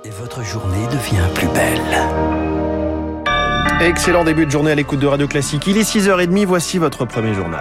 Et votre journée devient plus belle. Excellent début de journée à l'écoute de Radio Classique. Il est 6h30, voici votre premier journal.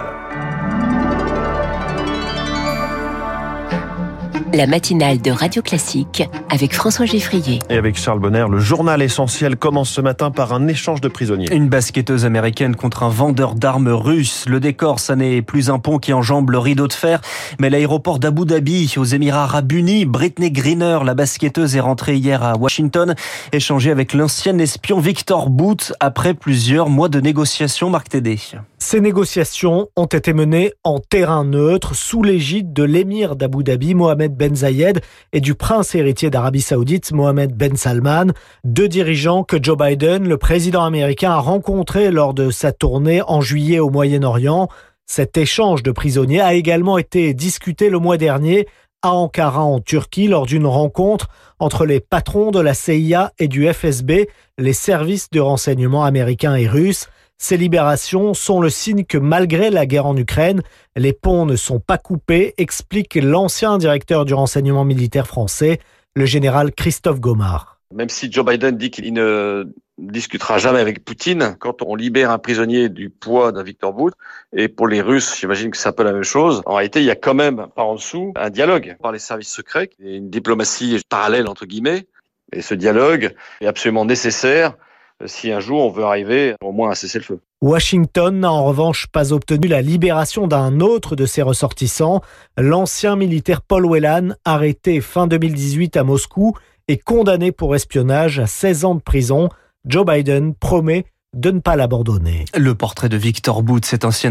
La matinale de Radio Classique avec François Geffrier. Et avec Charles Bonner, le journal essentiel commence ce matin par un échange de prisonniers. Une basketteuse américaine contre un vendeur d'armes russe. Le décor, ça n'est plus un pont qui enjambe le rideau de fer, mais l'aéroport d'Abu Dhabi, aux Émirats Arabes Unis. Brittney Griner, la basketteuse, est rentrée hier à Washington, échangée avec l'ancien espion Victor Bout après plusieurs mois de négociations. Marc Tédé. Ces négociations ont été menées en terrain neutre, sous l'égide de l'émir d'Abu Dhabi, Mohamed Ben Zayed, et du prince héritier d'Arabie Saoudite, Mohamed Ben Salman, deux dirigeants que Joe Biden, le président américain, a rencontrés lors de sa tournée en juillet au Moyen-Orient. Cet échange de prisonniers a également été discuté le mois dernier à Ankara, en Turquie, lors d'une rencontre entre les patrons de la CIA et du FSB, les services de renseignement américains et russes. Ces libérations sont le signe que malgré la guerre en Ukraine, les ponts ne sont pas coupés, explique l'ancien directeur du renseignement militaire français, le général Christophe Gomard. Même si Joe Biden dit qu'il ne discutera jamais avec Poutine, quand on libère un prisonnier du poids d'un Victor Bout, et pour les Russes, j'imagine que c'est un peu la même chose, en réalité, il y a quand même, par en dessous, un dialogue par les services secrets, et une diplomatie parallèle, entre guillemets, et ce dialogue est absolument nécessaire si un jour on veut arriver au moins à cesser le feu. Washington n'a en revanche pas obtenu la libération d'un autre de ses ressortissants, l'ancien militaire Paul Whelan, arrêté fin 2018 à Moscou et condamné pour espionnage à 16 ans de prison. Joe Biden promet de ne pas l'abandonner. Le portrait de Victor Bout, cet ancien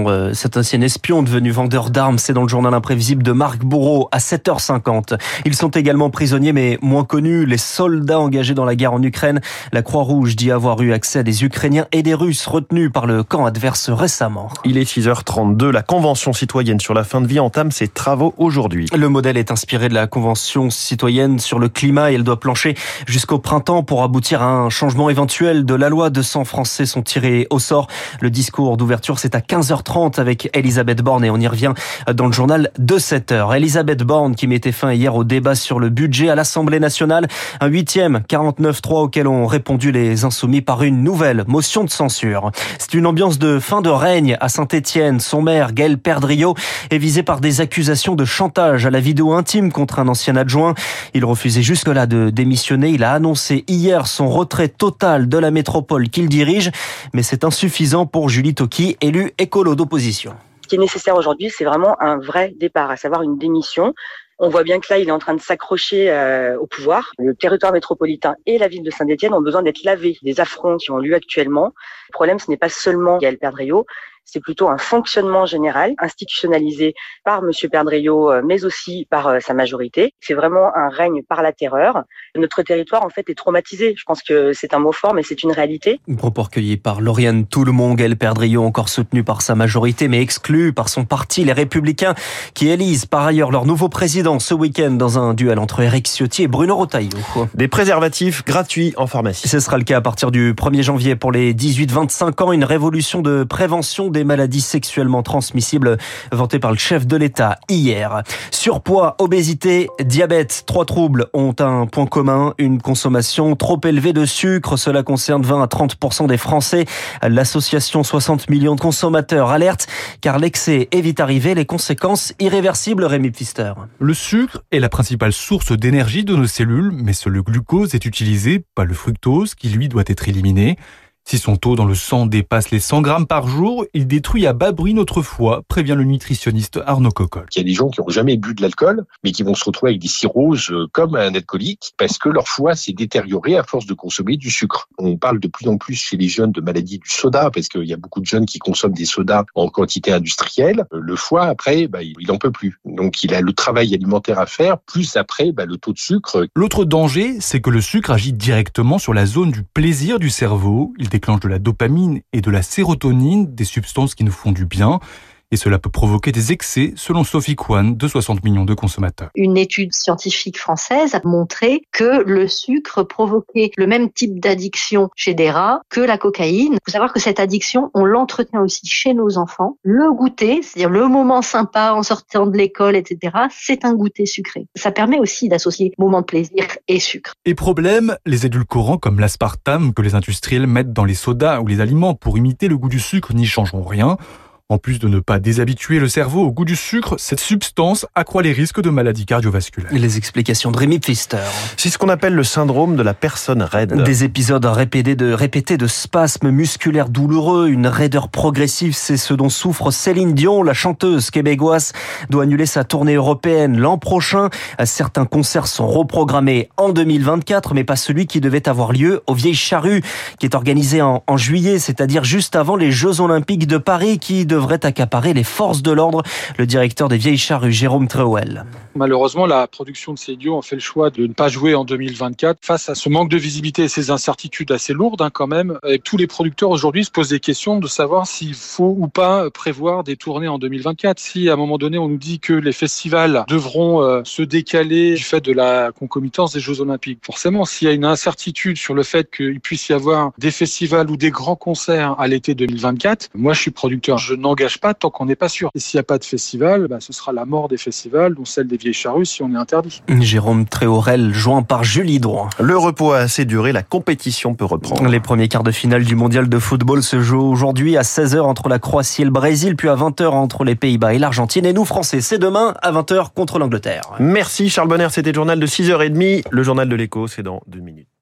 espion devenu vendeur d'armes, c'est dans le journal imprévisible de Marc Bourreau à 7h50. Ils sont également prisonniers, mais moins connus, les soldats engagés dans la guerre en Ukraine. La Croix-Rouge dit avoir eu accès à des Ukrainiens et des Russes retenus par le camp adverse récemment. Il est 6h32, la Convention citoyenne sur la fin de vie entame ses travaux aujourd'hui. Le modèle est inspiré de la Convention citoyenne sur le climat et elle doit plancher jusqu'au printemps pour aboutir à un changement éventuel de la loi. 200 Français sont tirés au sort. Le discours d'ouverture, c'est à 15h30 avec Elisabeth Borne et on y revient dans le journal de 7h. Elisabeth Borne qui mettait fin hier au débat sur le budget à l'Assemblée nationale. Un 8e 49.3 auquel ont répondu les Insoumis par une nouvelle motion de censure. C'est une ambiance de fin de règne à Saint-Étienne. Son maire, Gaël Perdriau, est visé par des accusations de chantage à la vidéo intime contre un ancien adjoint. Il refusait jusque-là de démissionner. Il a annoncé hier son retrait total de la métropole qu'il dirige, mais c'est insuffisant pour Julie Tauky, élue écolo d'opposition. Ce qui est nécessaire aujourd'hui, c'est vraiment un vrai départ, à savoir une démission. On voit bien que là, il est en train de s'accrocher au pouvoir. Le territoire métropolitain et la ville de Saint-Étienne ont besoin d'être lavés des affronts qui ont lieu actuellement. Le problème, ce n'est pas seulement Gaël Perdriau, c'est plutôt un fonctionnement général, institutionnalisé par M. Perdriau, mais aussi par sa majorité. C'est vraiment un règne par la terreur. Notre territoire, en fait, est traumatisé. Je pense que c'est un mot fort, mais c'est une réalité. Propos recueillis par Lauriane Tout-le-Monde. Gaël Perdriau, encore soutenu par sa majorité, mais exclu par son parti, les Républicains, qui élisent par ailleurs leur nouveau président ce week-end dans un duel entre Éric Ciotti et Bruno Retailleau. Des préservatifs gratuits en pharmacie. Ce sera le cas à partir du 1er janvier pour les 18-25 ans. Une révolution de prévention des maladies sexuellement transmissibles vantée par le chef de l'État hier. Surpoids, obésité, diabète, 3 troubles ont un point commun, une consommation trop élevée de sucre. Cela concerne 20 à 30% des Français. L'association 60 millions de consommateurs alerte car l'excès est vite arrivé, les conséquences irréversibles. Rémi Pfister. Le sucre est la principale source d'énergie de nos cellules, mais seul le glucose est utilisé, pas le fructose qui lui doit être éliminé. Si son taux dans le sang dépasse les 100 grammes par jour, il détruit à bas bruit notre foie, prévient le nutritionniste Arnaud Cocolle. Il y a des gens qui n'ont jamais bu de l'alcool, mais qui vont se retrouver avec des cirrhoses comme un alcoolique, parce que leur foie s'est détérioré à force de consommer du sucre. On parle de plus en plus chez les jeunes de maladies du soda, parce qu'il y a beaucoup de jeunes qui consomment des sodas en quantité industrielle. Le foie, après, il n'en peut plus. Donc il a le travail alimentaire à faire, plus après, le taux de sucre. L'autre danger, c'est que le sucre agit directement sur la zone du plaisir du cerveau. Il déclenche de la dopamine et de la sérotonine, des substances qui nous font du bien. et cela peut provoquer des excès, selon Sophie Kwan, de 60 millions de consommateurs. Une étude scientifique française a montré que le sucre provoquait le même type d'addiction chez des rats que la cocaïne. Il faut savoir que cette addiction, on l'entretient aussi chez nos enfants. Le goûter, c'est-à-dire le moment sympa en sortant de l'école, etc., c'est un goûter sucré. Ça permet aussi d'associer moment de plaisir et sucre. Et problème, les édulcorants comme l'aspartame que les industriels mettent dans les sodas ou les aliments pour imiter le goût du sucre n'y changeront rien. En plus de ne pas déshabituer le cerveau au goût du sucre, cette substance accroît les risques de maladies cardiovasculaires. Les explications de Rémi Pfister. C'est ce qu'on appelle le syndrome de la personne raide. Des épisodes répétés de spasmes musculaires douloureux, une raideur progressive, c'est ce dont souffre Céline Dion. La chanteuse québécoise doit annuler sa tournée européenne l'an prochain. Certains concerts sont reprogrammés en 2024, mais pas celui qui devait avoir lieu aux Vieilles Charrues, qui est organisé en juillet, c'est-à-dire juste avant les Jeux Olympiques de Paris, qui devrait accaparer les forces de l'ordre. Le directeur des Vieilles Charrues, Jérôme Tréhouel. Malheureusement, la production de Céline Dion a fait le choix de ne pas jouer en 2024 face à ce manque de visibilité et ces incertitudes assez lourdes quand même. Et tous les producteurs aujourd'hui se posent des questions de savoir s'il faut ou pas prévoir des tournées en 2024. Si à un moment donné on nous dit que les festivals devront se décaler du fait de la concomitance des Jeux Olympiques, forcément s'il y a une incertitude sur le fait qu'il puisse y avoir des festivals ou des grands concerts à l'été 2024, moi je suis producteur, je n'engage pas tant qu'on n'est pas sûr. Et s'il n'y a pas de festival, ce sera la mort des festivals, dont celle des Vieilles Charrues si on est interdit. Jérôme Tréhorel, joint par Julie Drouin. Le repos a assez duré, la compétition peut reprendre. Les premiers quarts de finale du mondial de football se jouent aujourd'hui à 16h entre la Croatie et le Brésil, puis à 20h entre les Pays-Bas et l'Argentine. Et nous, Français, c'est demain à 20h contre l'Angleterre. Merci Charles Bonner, c'était le journal de 6h30. Le journal de l'Écho, c'est dans 2 minutes.